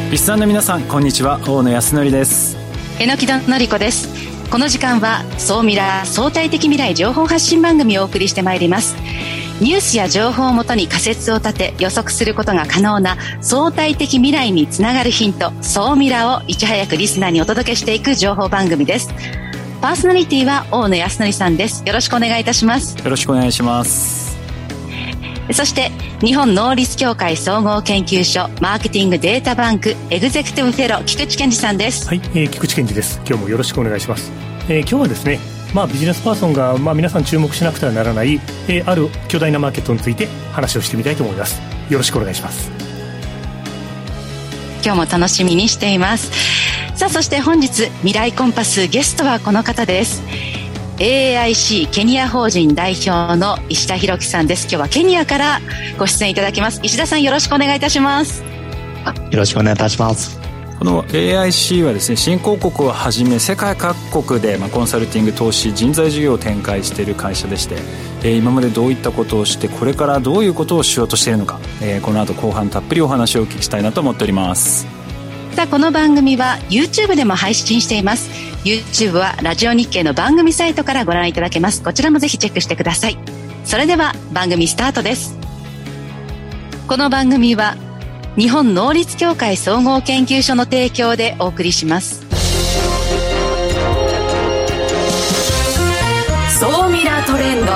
リスナーの皆さん、こんにちは。大野康則です。 榎田典子です。この時間は総ミラー相対的未来情報発信番組をお送りしてまいります。ニュースや情報をもとに仮説を立て予測することが可能な相対的未来につながるヒント、総ミラーをいち早くリスナーにお届けしていく情報番組です。パーソナリティは大野康則さんです。よろしくお願いいたします。 よろしくお願いします。 そして日本能率協会総合研究所マーケティングデータバンクエグゼクティブフェロー菊池健二さんです。 はい、菊池健二です。今日もよろしくお願いします。今日はですね、ビジネスパーソンが、皆さん注目しなくてはならない、ある巨大なマーケットについて話をしてみたいと思います。よろしくお願いします。 今日も楽しみにしています。さあ、そして本日未来コンパスゲストはこの方です。AIC ケニア法人代表の石田博樹さんです。今日はケニアからご出演いただきます。石田さん、よろしくお願いいたします。 よろしくお願いいたします。 この AIC はですね、新興国をはじめ世界各国でコンサルティング、投資、人材事業を展開している会社でして、今までどういったことをしてこれからどういうことをしようとしているのか、この後後半たっぷりお話をお聞きしたいなと思っております。 さあ、この番組は YouTube でも配信しています。 YouTube はラジオ日経の番組サイトからご覧いただけます。こちらもぜひチェックしてください。それでは番組スタートです。この番組は日本能率協会総合研究所の提供でお送りします。総ミラートレンド。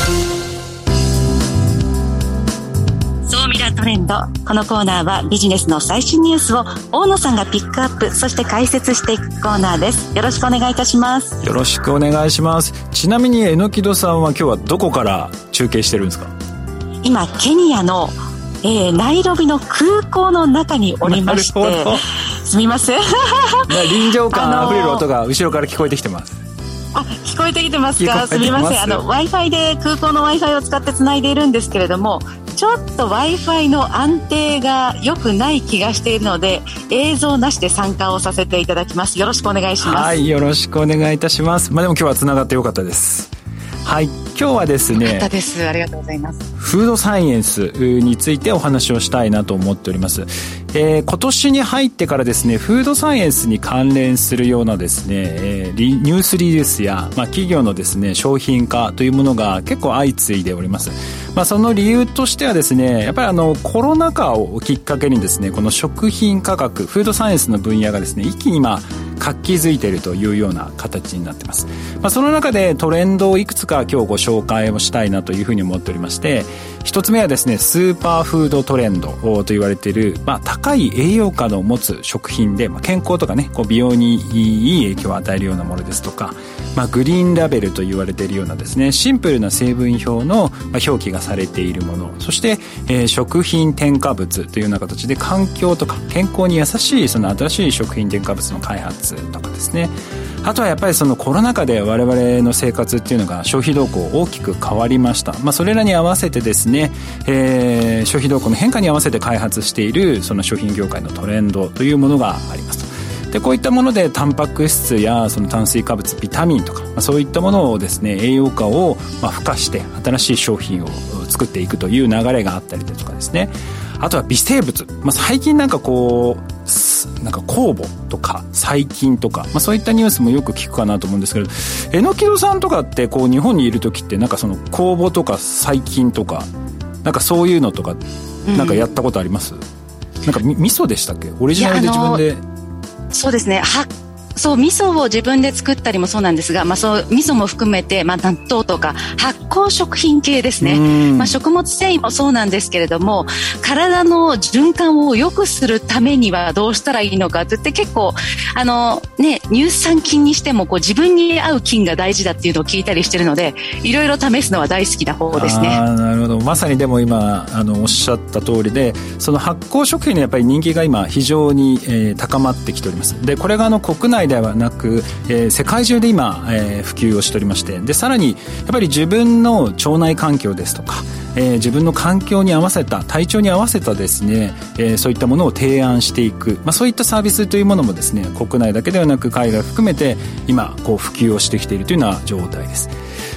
総ミラートレンド。このコーナーはビジネスの最新ニュースを大野さんがピックアップ、そして解説していくコーナーです。よろしくお願いいたします。 よろしくお願いします。ちなみに榎戸さんは今日はどこから中継してるんですか？ 今ケニアのナイロビの空港の中におりまして、すみません臨場感あふれる音が後ろから聞こえてきてます。 聞こえてきてますか？すみません。Wi-Fi で空港の Wi-Fi を使ってつないでいるんですけれども、ちょっと Wi-Fi の安定が良くない気がしているので、映像なしで参加をさせていただきます。よろしくお願いします。 はい、よろしくお願いいたします。でも今日はつながってよかったです。はい、今日はですね、 よかったです。ありがとうございます。 フードサイエンスについてお話をしたいなと思っております。今年に入ってからですね、フードサイエンスに関連するようなですね、ニュースリリースや、企業のですね、商品化というものが結構相次いでおります。その理由としてはですね、やっぱりコロナ禍をきっかけにですね、この食品価格、フードサイエンスの分野がですね、一気に活気づいているというような形になっています。その中でトレンドをいくつか今日ご紹介をしたいなというふうに思っておりまして、一つ目はですね、スーパーフードトレンドと言われている、高い栄養価の持つ食品で、健康とかね、美容にいい影響を与えるようなものですとか、グリーンラベルと言われているようなですね、シンプルな成分表の表記がされているもの、そして、食品添加物というような形で環境とか健康に優しいその新しい食品添加物の開発とかですね。あとはやっぱりそのコロナ禍で我々の生活っていうのが消費動向大きく変わりました。それらに合わせてですね、消費動向の変化に合わせて開発しているその商品業界のトレンドというものがありますと。で、こういったものでタンパク質やその炭水化物、ビタミンとか、そういったものをですね、栄養価を付加して新しい商品を作っていくという流れがあったりとかですね。あとは微生物、最近なんか酵母とか細菌とか、そういったニュースもよく聞くかなと思うんですけど、榎戸さんとかって日本にいる時ってその酵母とか細菌とかそういうのとかやったことあります？味噌でしたっけ？オリジナルで自分で。 そうですね。そう、味噌を自分で作ったりもそうなんですが、そう味噌も含めて、納豆とか発酵食品系ですね。食物繊維もそうなんですけれども、体の循環を良くするためにはどうしたらいいのかって言って、結構乳酸菌にしても自分に合う菌が大事だっていうのを聞いたりしてるので、いろいろ試すのは大好きな方ですね。 なるほど。まさにでも今おっしゃった通りで、その発酵食品のやっぱり人気が今非常に、高まってきております。で、これが国内ではなく、世界中で今、普及をしておりまして、でさらにやっぱり自分の腸内環境ですとか、自分の環境に合わせた、体調に合わせたですね、そういったものを提案していく、そういったサービスというものもですね、国内だけではなく海外含めて今普及をしてきているというような状態です。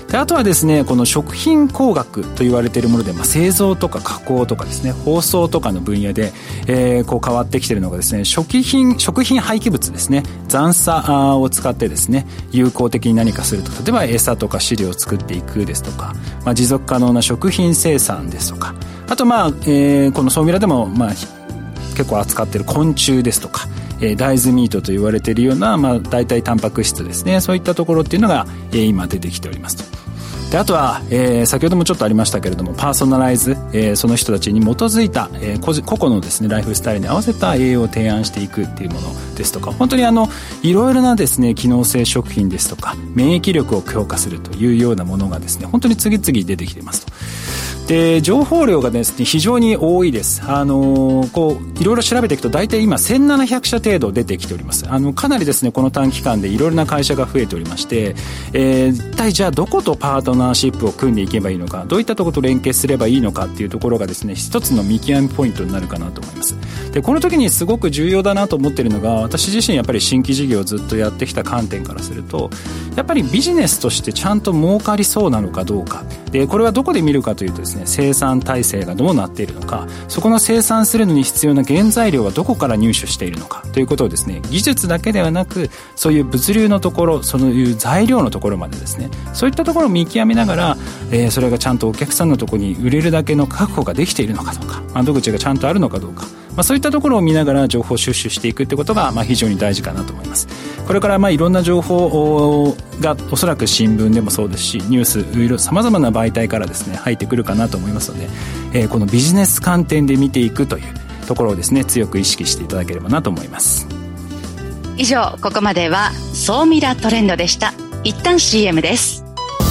であとはですねこの食品工学と言われているもので、製造とか加工とかですね包装とかの分野で、こう変わってきているのがですね食品廃棄物ですね残渣を使ってですね有効的に何かすると例えば餌とか飼料を作っていくですとか、持続可能な食品生産ですとかあとこのソーミラでも結構扱っている昆虫ですとか大豆ミートと言われているような、代替タンパク質ですねそういったところっていうのが、今出てきておりますと。であとは、先ほどもちょっとありましたけれどもパーソナライズ、その人たちに基づいた、個々のですねライフスタイルに合わせた栄養を提案していくっていうものですとか本当にいろいろなですね機能性食品ですとか免疫力を強化するというようなものがですね本当に次々出てきていますと。で情報量がですね非常に多いです。いろいろ調べていくと大体今1700社程度出てきております。かなりですねこの短期間でいろいろな会社が増えておりまして、一体じゃあどことパートナーシップを組んでいけばいいのかどういったところと連携すればいいのかっていうところがですね一つの見極めポイントになるかなと思います。でこの時にすごく重要だなと思っているのが私自身やっぱり新規事業をずっとやってきた観点からするとやっぱりビジネスとしてちゃんと儲かりそうなのかどうかでこれはどこで見るかというとですね生産体制がどうなっているのかそこの生産するのに必要な原材料はどこから入手しているのかということをですね技術だけではなくそういう物流のところそういう材料のところまでですねそういったところを見極めながら、それがちゃんとお客さんのところに売れるだけの確保ができているのかどうか窓口がちゃんとあるのかどうかそういったところを見ながら情報収集していくってことが非常に大事かなと思います。これからいろんな情報がおそらく新聞でもそうですしニュースさまざまな媒体からですね入ってくるかなと思いますので、このビジネス観点で見ていくというところをですね強く意識していただければなと思います。 以上ここまではソーミラトレンドでした。一旦 CM です。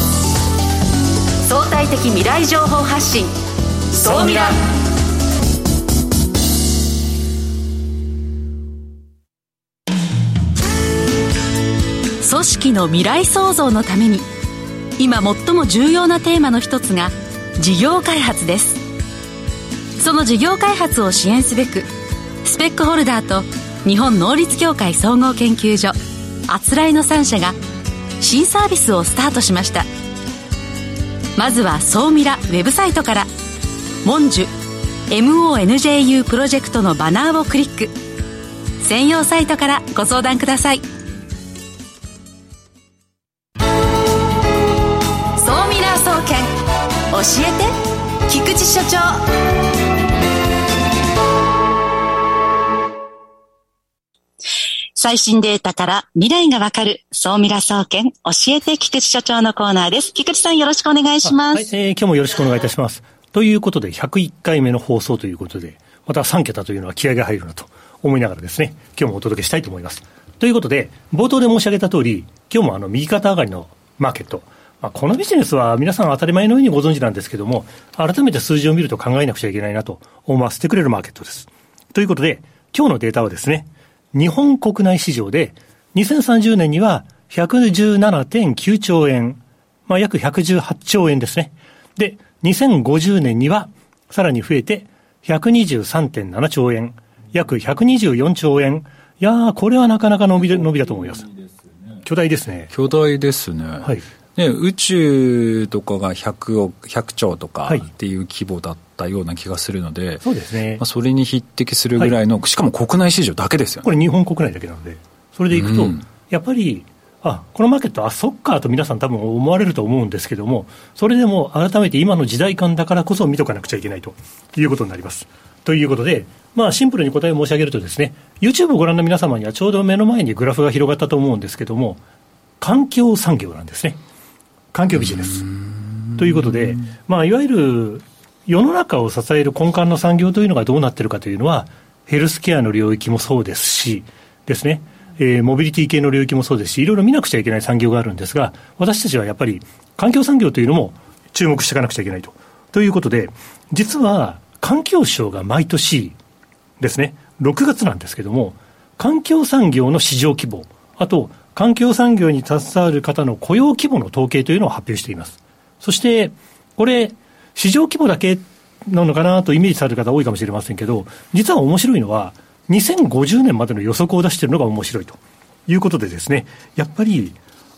相対的未来情報発信ソーミラ。組織の未来創造のために今最も重要なテーマの一つが事業開発です。その事業開発を支援すべくスペックホルダーと日本能率協会総合研究所あつらいの3社が新サービスをスタートしました。まずはソーミラウェブサイトからモンジュ MONJU プロジェクトのバナーをクリック専用サイトからご相談ください。教えて菊池所長。 最新データから未来がわかるソーミラ総研教えて菊池所長のコーナーです。菊池さんよろしくお願いします。 今日もよろしくお願いいたします。ということで101回目の放送ということでまた3桁というのは気合が入るなと思いながらですね今日もお届けしたいと思います。ということで冒頭で申し上げた通り今日も右肩上がりのマーケットこのビジネスは皆さん当たり前のようにご存知なんですけども改めて数字を見ると考えなくちゃいけないなと思わせてくれるマーケットです。ということで今日のデータはですね日本国内市場で2030年には 117.9 兆円、約118兆円ですね。で2050年にはさらに増えて 123.7 兆円約124兆円。いやーこれはなかなか伸びだと思います。巨大ですね。 巨大ですね。 はい宇宙とかが100兆とかっていう規模だったような気がするので、 そうですね。 それに匹敵するぐらいの、しかも国内市場だけですよね。 これ日本国内だけなので、それでいくと、やっぱりこのマーケットそっかと皆さん多分思われると思うんですけども、それでも改めて今の時代感だからこそ見とかなくちゃいけないということになります。ということで、シンプルに答えを申し上げるとですね、YouTube をご覧の皆様にはちょうど目の前にグラフが広がったと思うんですけども、環境産業なんですね。環境ビジネスということで、いわゆる世の中を支える根幹の産業というのがどうなっているかというのはヘルスケアの領域もそうですしですね、モビリティ系の領域もそうですしいろいろ見なくちゃいけない産業があるんですが私たちはやっぱり環境産業というのも注目していかなくちゃいけないということで実は環境省が毎年ですね6月なんですけども環境産業の市場規模あと環境産業に携わる方の雇用規模の統計というのを発表しています。そしてこれ市場規模だけなのかなとイメージされる方多いかもしれませんけど実は面白いのは2050年までの予測を出しているのが面白いということでですねやっぱり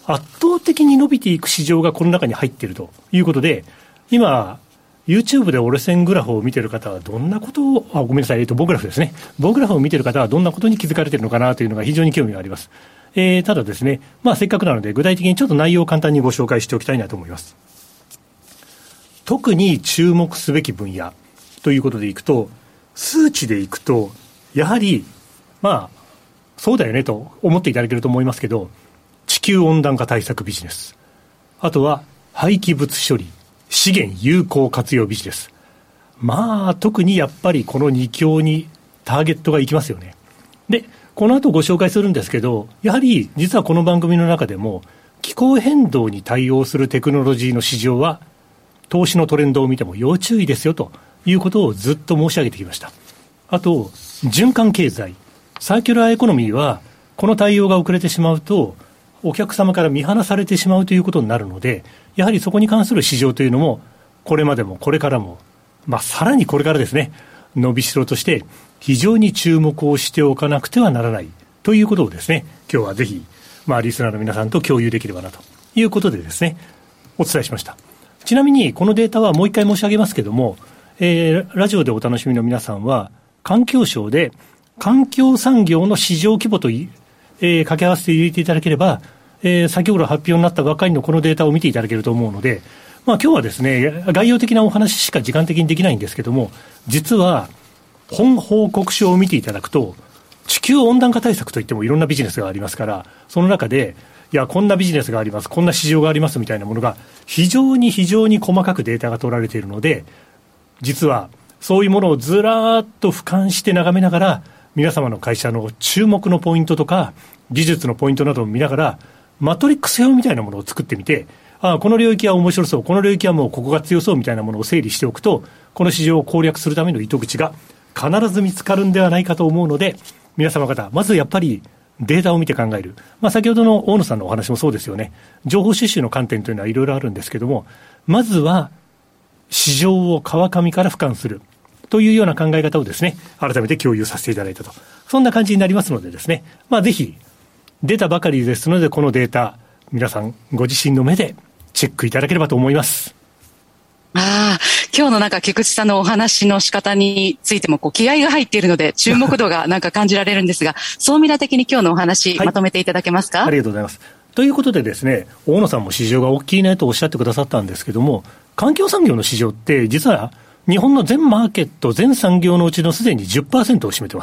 圧倒的に伸びていく市場がこの中に入っているということで、今、YouTube で折れ線グラフを見ている方はどんなことを、ごめんなさい、棒グラフですね。棒グラフを見ている方はどんなことに気づかれているのかなというのが非常に興味があります。ただですね、せっかくなので具体的にちょっと内容を簡単にご紹介しておきたいなと思います。特に注目すべき分野ということでいくと、数値でいくと、やはり、そうだよねと思っていただけると思いますけど、地球温暖化対策ビジネス、あとは廃棄物処理、資源有効活用ビジネス。特にやっぱりこの2強にターゲットがいきますよね。で、この後ご紹介するんですけど、やはり実はこの番組の中でも気候変動に対応するテクノロジーの市場は投資のトレンドを見ても要注意ですよということをずっと申し上げてきました。あと、循環経済、サーキュラーエコノミーはこの対応が遅れてしまうとお客様から見放されてしまうということになるので、やはりそこに関する市場というのもこれまでもこれからも、さらにこれからですね、伸びしろとして非常に注目をしておかなくてはならないということをですね、今日はぜひ、リスナーの皆さんと共有できればなということでですね、お伝えしました。ちなみにこのデータはもう一回申し上げますけども、ラジオでお楽しみの皆さんは環境省で環境産業の市場規模と掛け合わせて入れていただければ、先ほど発表になったばかりのこのデータを見ていただけると思うので、今日はですね、概要的なお話しか時間的にできないんですけども、実は本報告書を見ていただくと、地球温暖化対策といってもいろんなビジネスがありますから、その中で、こんなビジネスがあります、こんな市場がありますみたいなものが非常に細かくデータが取られているので、実はそういうものをずらーっと俯瞰して眺めながら、皆様の会社の注目のポイントとか技術のポイントなどを見ながらマトリックス表みたいなものを作ってみて、この領域は面白そう、この領域はもうここが強そうみたいなものを整理しておくと、この市場を攻略するための糸口が必ず見つかるんではないかと思うので、皆様方まずやっぱりデータを見て考える、先ほどの大野さんのお話もそうですよね。情報収集の観点というのはいろいろあるんですけども、まずは市場を川上から俯瞰するというような考え方をですね、改めて共有させていただいたと、そんな感じになりますのでですね、ぜひ出たばかりですので、このデータ皆さんご自身の目でチェックいただければと思います。 今日の菊池さんのお話の仕方についても気合が入っているので注目度が感じられるんですが、総ミラ的に今日のお話、まとめていただけますか？ ありがとうございます。ということでですね、大野さんも市場が大きいねとおっしゃってくださったんですけども、環境産業の市場って実は日本の全マーケット全産業のうちのすでに 10% を占めてます。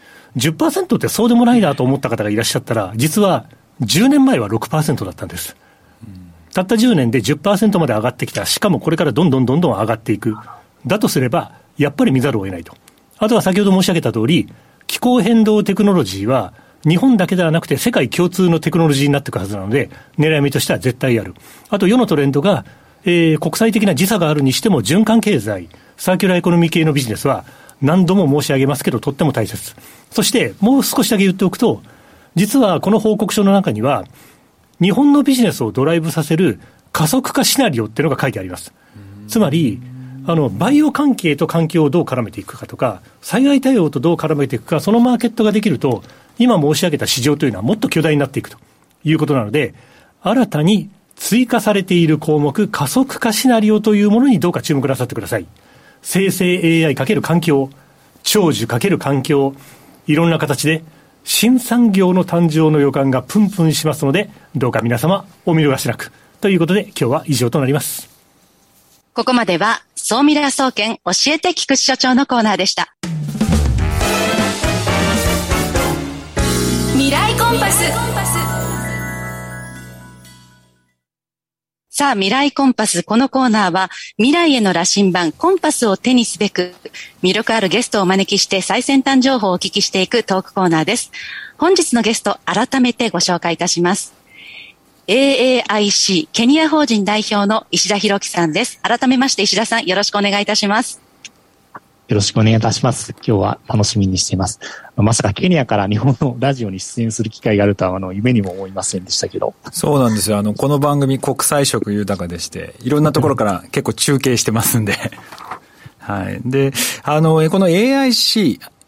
10% ってそうでもないなと思った方がいらっしゃったら、実は10年前は 6% だったんです。たった10年で 10% まで上がってきた。しかもこれからどんどん上がっていく。だとすればやっぱり見ざるを得ないと。あとは先ほど申し上げた通り、気候変動テクノロジーは日本だけではなくて世界共通のテクノロジーになっていくはずなので、狙い目としては絶対ある。あと世のトレンドが、国際的な時差があるにしても循環経済、サーキュラーエコノミー系のビジネスは何度も申し上げますけどとっても大切。そしてもう少しだけ言っておくと、実はこの報告書の中には日本のビジネスをドライブさせる加速化シナリオっていうのが書いてあります。つまりバイオ関係と環境をどう絡めていくかとか、災害対応とどう絡めていくか、そのマーケットができると今申し上げた市場というのはもっと巨大になっていくということなので、新たに追加されている項目、加速化シナリオというものにどうか注目なさってください。生成 AI かける環境、長寿かける環境、いろんな形で新産業の誕生の予感がプンプンしますので、どうか皆様お見逃しなくということで、今日は以上となります。 ここまでは総ミラ総研教えて菊池所長のコーナーでした。 未来コンパス。 さあ、未来コンパス。このコーナーは未来への羅針盤コンパスを手にすべく、魅力あるゲストをお招きして最先端情報をお聞きしていくトークコーナーです。本日のゲスト、改めてご紹介いたします。AAIC ケニア法人代表の石田博樹さんです。改めまして石田さん、よろしくお願いいたします。 よろしくお願いいたします。今日は楽しみにしています。まさかケニアから日本のラジオに出演する機会があるとは夢にも思いませんでしたけど。 そうなんですよ。この番組国際色豊かでして、いろんなところから結構中継してますんで。はい。で、この AIC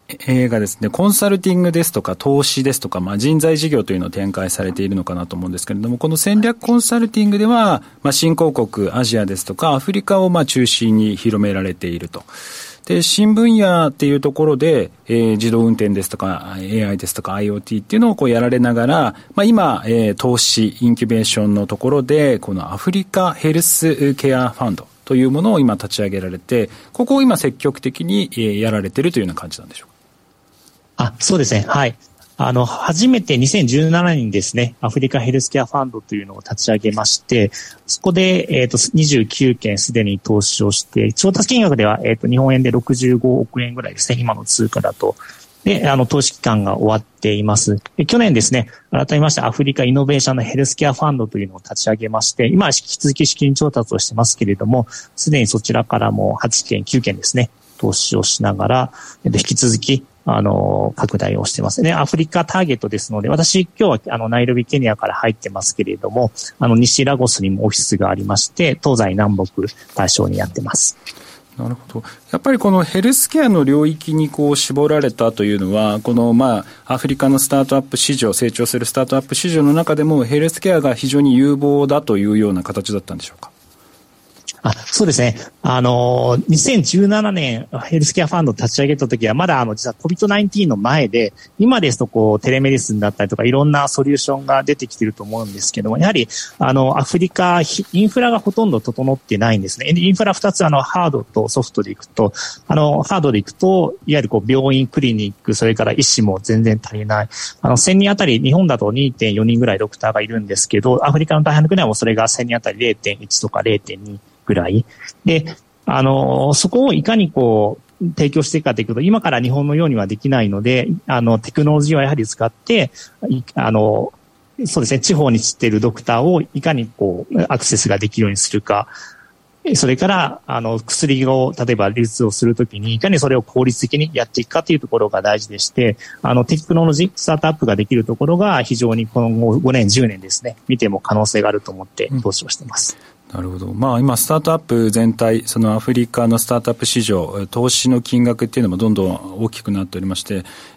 がですね、コンサルティングですとか投資ですとか、人材事業というのを展開されているのかなと思うんですけれども、この戦略コンサルティングでは、新興国アジアですとかアフリカを中心に広められていると。で、新分野っていうところで、自動運転ですとか AI ですとか IoT っていうのをやられながら、今、投資インキュベーションのところでこのアフリカヘルスケアファンドというものを今立ち上げられて、ここを今積極的にやられているというような感じなんでしょうか。 そうですね。はい。初めて2017年にですね、アフリカヘルスケアファンドというのを立ち上げまして、そこで、29件すでに投資をして、調達金額では、日本円で65億円ぐらいですね、今の通貨だと。で、投資期間が終わっています。去年ですね、改めましてアフリカイノベーションのヘルスケアファンドというのを立ち上げまして、今は引き続き資金調達をしてますけれども、すでにそちらからも8件、9件ですね、投資をしながら、引き続き、拡大をしてますね。アフリカターゲットですので、私今日はナイロビケニアから入ってますけれども、西ラゴスにもオフィスがありまして、東西南北対象にやってます。 なるほど。やっぱりこのヘルスケアの領域に絞られたというのは、このアフリカのスタートアップ市場、成長するスタートアップ市場の中でもヘルスケアが非常に有望だというような形だったんでしょうか。 そうですね。2017年ヘルスケアファンドを立ち上げた時はまだ実は COVID-19 の前で、今ですとテレメディスンだったりとかいろんなソリューションが出てきていると思うんですけども、やはりアフリカインフラがほとんど整ってないんですね。インフラ2つハードとソフトでいくと、ハードでいくといわゆる病院、クリニック、それから医師も全然足りない。1000人あたり日本だと 2.4 人ぐらいドクターがいるんですけど、アフリカの大半の国はもうそれが1000人あたり 0.1 とか 0.2ぐらいで、そこをいかに提供していくかというと、今から日本のようにはできないので、テクノロジーはやはり使って、そうですね、地方に散っているドクターをいかにアクセスができるようにするか、それから、薬を、例えば流通をするときに、いかにそれを効率的にやっていくかというところが大事でして、テクノロジー、スタートアップができるところが非常に今後5年、10年ですね、見ても可能性があると思って投資をしています。 なるほど。今、スタートアップ全体、そのアフリカのスタートアップ市場、投資の金額っていうのもどんどん大きくなっておりまして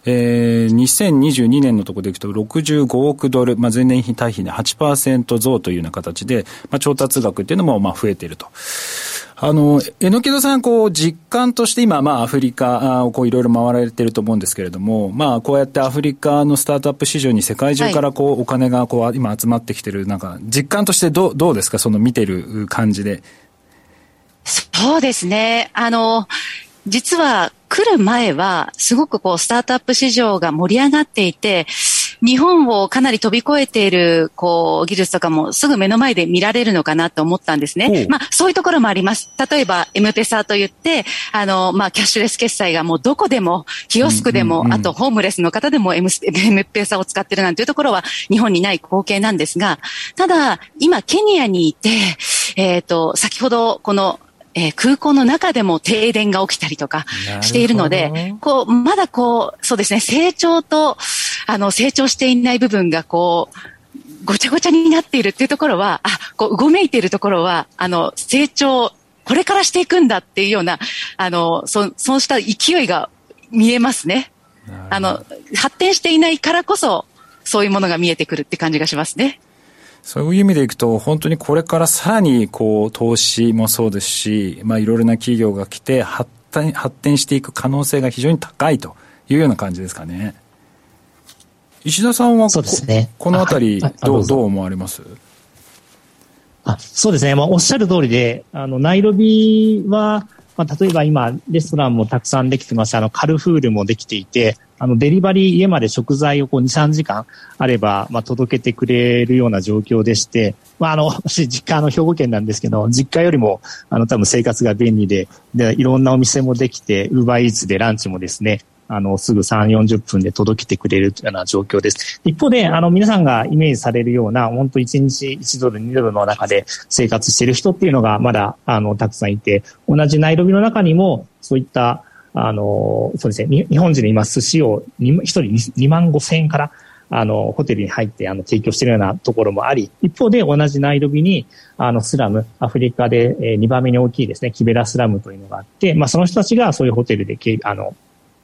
、2022年のところでいくと65億ドル、前年比対比で 8% 増というような形で、調達額っていうのも増えていると。榎戸さん、実感として今、アフリカをいろいろ回られていると思うんですけれども、こうやってアフリカのスタートアップ市場に世界中からお金が今集まってきてる、実感としてどうですか、その見てる感じで。 そうですね。実は来る前は、すごくスタートアップ市場が盛り上がっていて、日本をかなり飛び越えている、技術とかもすぐ目の前で見られるのかなと思ったんですね。そういうところもあります。例えば、エムペサといって、キャッシュレス決済がもうどこでも、キオスクでも、あと、ホームレスの方でもエムペサを使ってるなんていうところは、日本にない光景なんですが、ただ、今、ケニアにいて、先ほど、空港の中でも停電が起きたりとかしているので、まだそうですね、成長していない部分がごちゃごちゃになっているっていうところは、うごめいているところは、成長、これからしていくんだっていうような、そうした勢いが見えますね。発展していないからこそ、そういうものが見えてくるって感じがしますね。 そういう意味でいくと、本当にこれからさらに投資もそうですし、いろいろな企業が来て発展していく可能性が非常に高いというような感じですかね。石田さんはそうですね、このあたりどう思われます？ そうですね。おっしゃる通りで、ナイロビは、例えば今、レストランもたくさんできてますし、カルフールもできていて、デリバリー家まで食材を2、3時間あれば、届けてくれるような状況でして、私、実家兵庫県なんですけど、実家よりも、多分生活が便利で、いろんなお店もできて、ウーバーイーツでランチもですね、すぐ3、40分で届けてくれるような状況です。一方で、皆さんがイメージされるような、本当1日1ドル、2ドルの中で生活している人っていうのがまだ、たくさんいて、同じナイロビの中にも、そういった、そうですね、日本人で今寿司を1人2万5千円から、ホテルに入って提供しているようなところもあり、一方で同じナイロビにスラム、アフリカで2番目に大きいですね、キベラスラムというのがあって、その人たちがそういうホテルで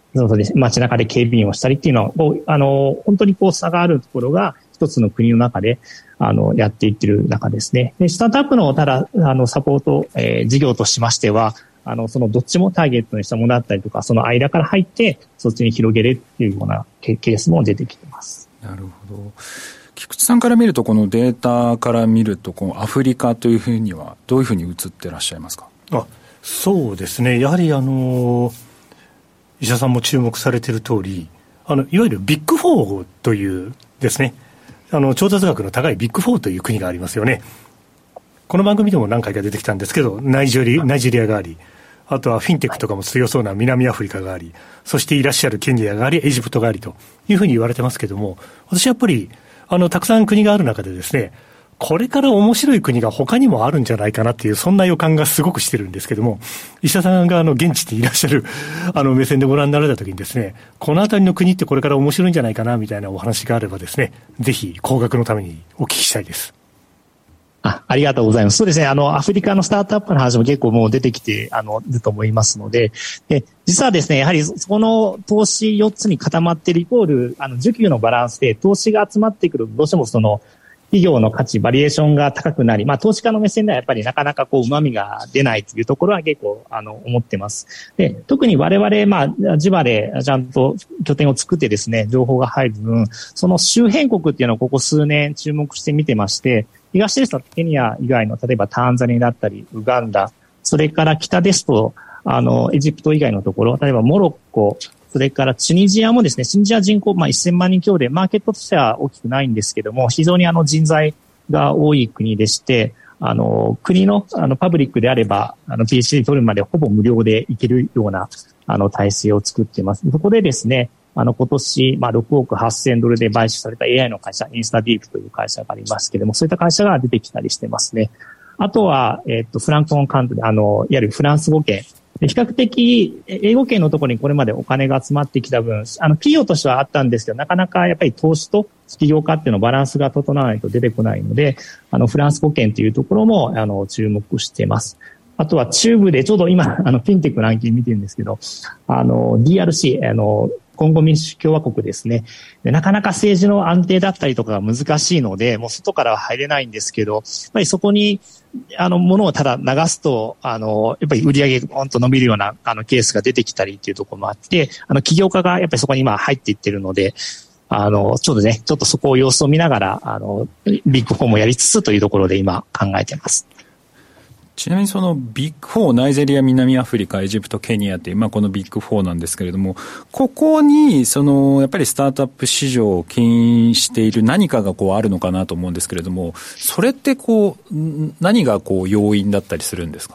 街中で警備員をしたりっていうのは、本当に差があるところが一つの国の中で、やっていってる中ですね。で、スタートアップの、ただ、サポート、事業としましては、どっちもターゲットにしたものだったりとか、その間から入って、そっちに広げるっていうようなケースも出てきてます。 なるほど。菊池さんから見ると、このデータから見ると、このアフリカというふうには、どういうふうに映ってらっしゃいますか？ そうですね。やはり医者さんも注目されている通り、いわゆるビッグ4というですね、調達額の高いビッグ4という国がありますよね。この番組でも何回か出てきたんですけど、ナイジェリアがあり、あとはフィンテックとかも強そうな南アフリカがあり、そしていらっしゃるケニアがあり、エジプトがありというふうに言われてますけども、私やっぱりたくさん国がある中でですね、これから面白い国が他にもあるんじゃないかなっていう、そんな予感がすごくしてるんですけども、石田さんが現地にいらっしゃる目線でご覧になられたときにですね、このあたりの国ってこれから面白いんじゃないかなみたいなお話があればですね、ぜひ工学のためにお聞きしたいです。 ありがとうございます。そうですね。アフリカのスタートアップの話も結構もう出てきて、ると思いますので、実はですね、やはりそこの投資4つに固まっているイコール、需給のバランスで投資が集まってくる、どうしても企業の価値、バリエーションが高くなり、投資家の目線ではやっぱりなかなか旨味が出ないというところは結構、思ってます。で、特に我々、地場でちゃんと拠点を作ってですね、情報が入る分、その周辺国っていうのをここ数年注目して見てまして、東ですとケニア以外の、例えばタンザニアだったり、ウガンダ、それから北ですと、エジプト以外のところ、例えばモロッコ、それからチュニジアもですね、チュニジア人口、1000万人強で、マーケットとしては大きくないんですけども、非常に人材が多い国でして、国の、パブリックであれば、PhD 取るまでほぼ無料で行けるような、体制を作っています。そこでですね、今年、6億8000ドルで買収された AI の会社、インスタディープという会社がありますけれども、そういった会社が出てきたりしてますね。あとは、フランコンカントリー、いわゆるフランス語圏。比較的、英語圏のところにこれまでお金が集まってきた分、企業としてはあったんですけど、なかなかやっぱり投資と起業家っていうのバランスが整わないと出てこないので、フランス語圏というところも、注目しています。あとは中部でちょうど今、フィンテックのランキング見てるんですけど、DRC、コンゴ民主共和国ですね。でなかなか政治の安定だったりとかが難しいので、もう外からは入れないんですけど、やっぱりそこに、物をただ流すと、やっぱり売り上げポンと伸びるような、ケースが出てきたりっていうところもあって、起業家がやっぱりそこに今入っていってるので、ちょっとそこを様子を見ながら、ビッグ4もやりつつというところで今考えています。 ちなみにそのビッグ4、ナイジェリア、南アフリカ、エジプト、ケニアっていう、このビッグ4なんですけれども、ここに、やっぱりスタートアップ市場を牽引している何かがあるのかなと思うんですけれども、それって何が要因だったりするんですか？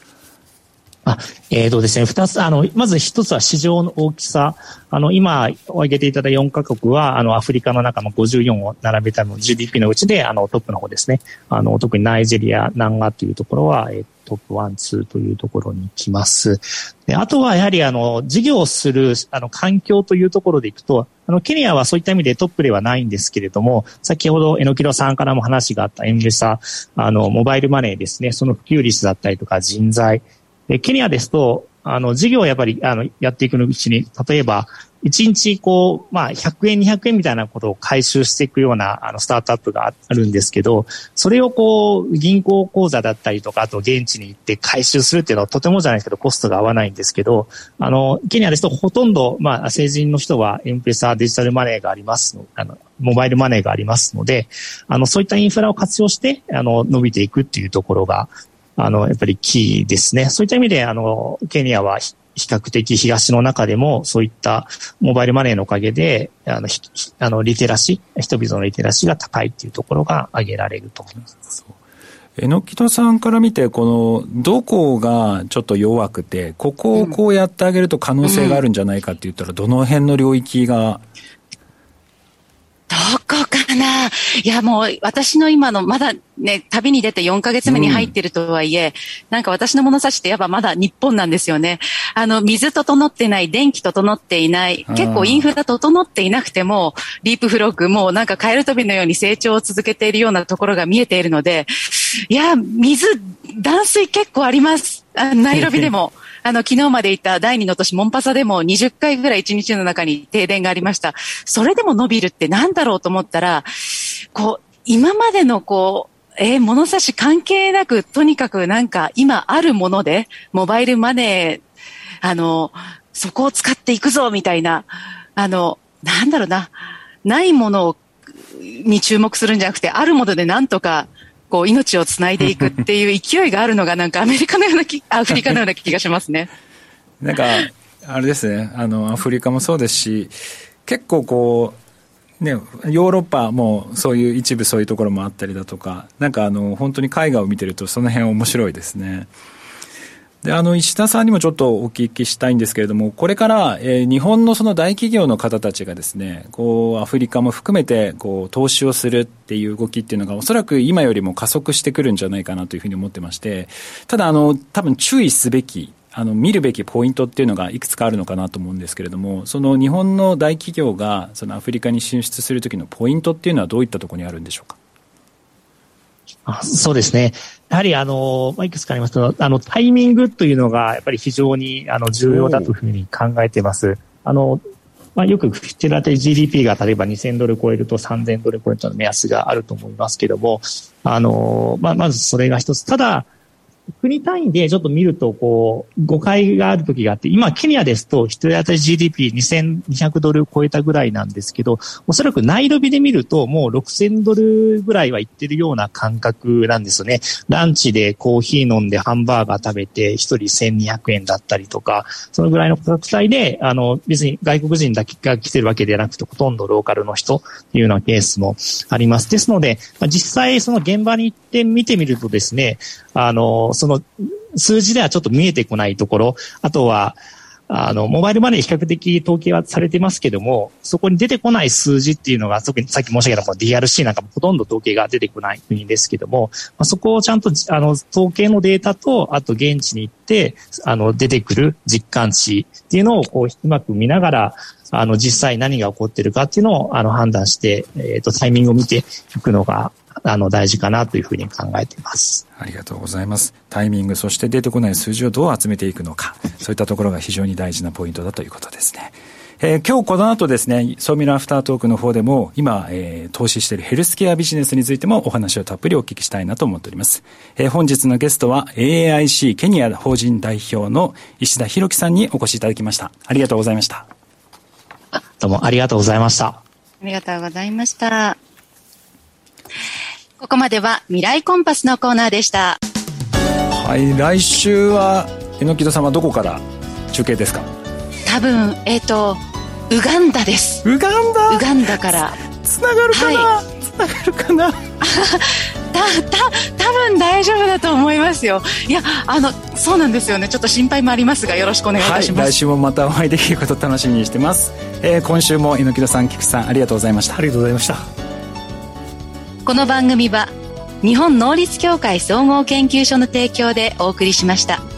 ですね、二つ、まず一つは市場の大きさ。今、挙げていただいた4カ国は、アフリカの中の54を並べたの GDP のうちで、トップの方ですね。特にナイジェリア、南アというところは、トップ1、2というところに来ます。で、あとはやはり、事業をする、環境というところでいくと、ケニアはそういった意味でトップではないんですけれども、先ほど、榎木さんからも話があったエンベサ、モバイルマネーですね。その普及率だったりとか人材、ケニアですと、事業をやっぱり、やっていくうちに、例えば、1日100円、200円みたいなことを回収していくような、スタートアップがあるんですけど、それを銀行口座だったりとか、あと現地に行って回収するっていうのはとてもじゃないですけど、コストが合わないんですけど、ケニアですと、ほとんど、成人の人はエンペーサーデジタルマネーがありますの、モバイルマネーがありますので、そういったインフラを活用して、伸びていくっていうところが、やっぱりキーですね。そういった意味で、ケニアは比較的東の中でも、そういったモバイルマネーのおかげで、リテラシー、人々のリテラシーが高いっていうところが挙げられると思います。 榎戸さんから見て、どこがちょっと弱くて、ここをやってあげると可能性があるんじゃないかって言ったら、どの辺の領域が、 どこかな。いや、もう私の今のまだね、旅に出て4ヶ月目に入ってるとはいえ、なんか私の物差しってやっぱまだ日本なんですよね。水整ってない、電気整っていない、結構インフラ整っていなくても、リープフロッグもうなんかカエル飛びのように成長を続けているようなところが見えているので、いや、断水結構あります。ナイロビでも。 昨日まで行った第2の都市モンパサでも20回ぐらい1日の中に停電がありました。それでも伸びるってなんだろうと思ったら、今までの物差し関係なく、とにかくなんか今あるもので、モバイルマネー、そこを使っていくぞみたいな、なんだろうな、ないものに注目するんじゃなくて、あるものでなんとか、命をつないでいくっていう勢いがあるのがなんかアフリカのような気がしますね。 なんか、あれですね、アフリカもそうですし、結構ね、ヨーロッパもそういう一部そういうところもあったりだとか、なんか本当に絵画を見てるとその辺面白いですね。で、石田さんにもちょっとお聞きしたいんですけれども、これから、日本のその大企業の方たちがですね、アフリカも含めて、投資をするっていう動きっていうのがおそらく今よりも加速してくるんじゃないかなというふうに思ってまして、ただ多分注意すべき、見るべきポイントっていうのがいくつかあるのかなと思うんですけれども、その日本の大企業がそのアフリカに進出するときのポイントっていうのはどういったところにあるんでしょうか。 そうですね。やはりいくつかありますけど、タイミングというのがやっぱり非常に重要だというふうに考えています。よく手当て GDP が例えば2000ドル超えると3000ドル超えるとの目安があると思いますけども、まずそれが一つ。ただ、国単位でちょっと見ると、誤解がある時があって、今、ケニアですと、一人当たり GDP2200 ドル超えたぐらいなんですけど、おそらくナイロビで見ると、もう6000ドルぐらいはいってるような感覚なんですよね。ランチでコーヒー飲んでハンバーガー食べて、一人1200円だったりとか、そのぐらいの価格帯で、別に外国人だけが来てるわけではなくて、ほとんどローカルの人っていうようなケースもあります。ですので、実際その現場に行って見てみるとですね、その数字ではちょっと見えてこないところ、あとは、モバイルマネー比較的統計はされてますけども、そこに出てこない数字っていうのが、特にさっき申し上げたDRC なんかもほとんど統計が出てこない国ですけども、そこをちゃんと、統計のデータと、あと現地に行って、出てくる実感値っていうのをうまく見ながら、実際何が起こっているかっていうのを、判断して、タイミングを見ていくのが、大事かなというふうに考えています。 ありがとうございます。タイミング、そして出てこない数字をどう集めていくのか、そういったところが非常に大事なポイントだということですね。今日この後ですね、総ミラアフタートークの方でも今、投資しているヘルスケアビジネスについてもお話をたっぷりお聞きしたいなと思っております。本日のゲストは AAIC ケニア法人代表の石田博樹さんにお越しいただきました。ありがとうございました。 どうもありがとうございました。 ありがとうございました。ここまでは未来コンパスのコーナーでした。 はい、来週は榎戸さんはどこから中継ですか？ 多分ウガンダです。 ウガンダからつながるかな、はい、つながるかな多分大丈夫だと思いますよ。いや、そうなんですよね。ちょっと心配もありますが、よろしくお願いいたします。 はい、来週もまたお会いできることを楽しみにしてます。今週も榎戸さん、菊池さん、ありがとうございました。 ありがとうございました。 この番組は日本能率協会総合研究所の提供でお送りしました。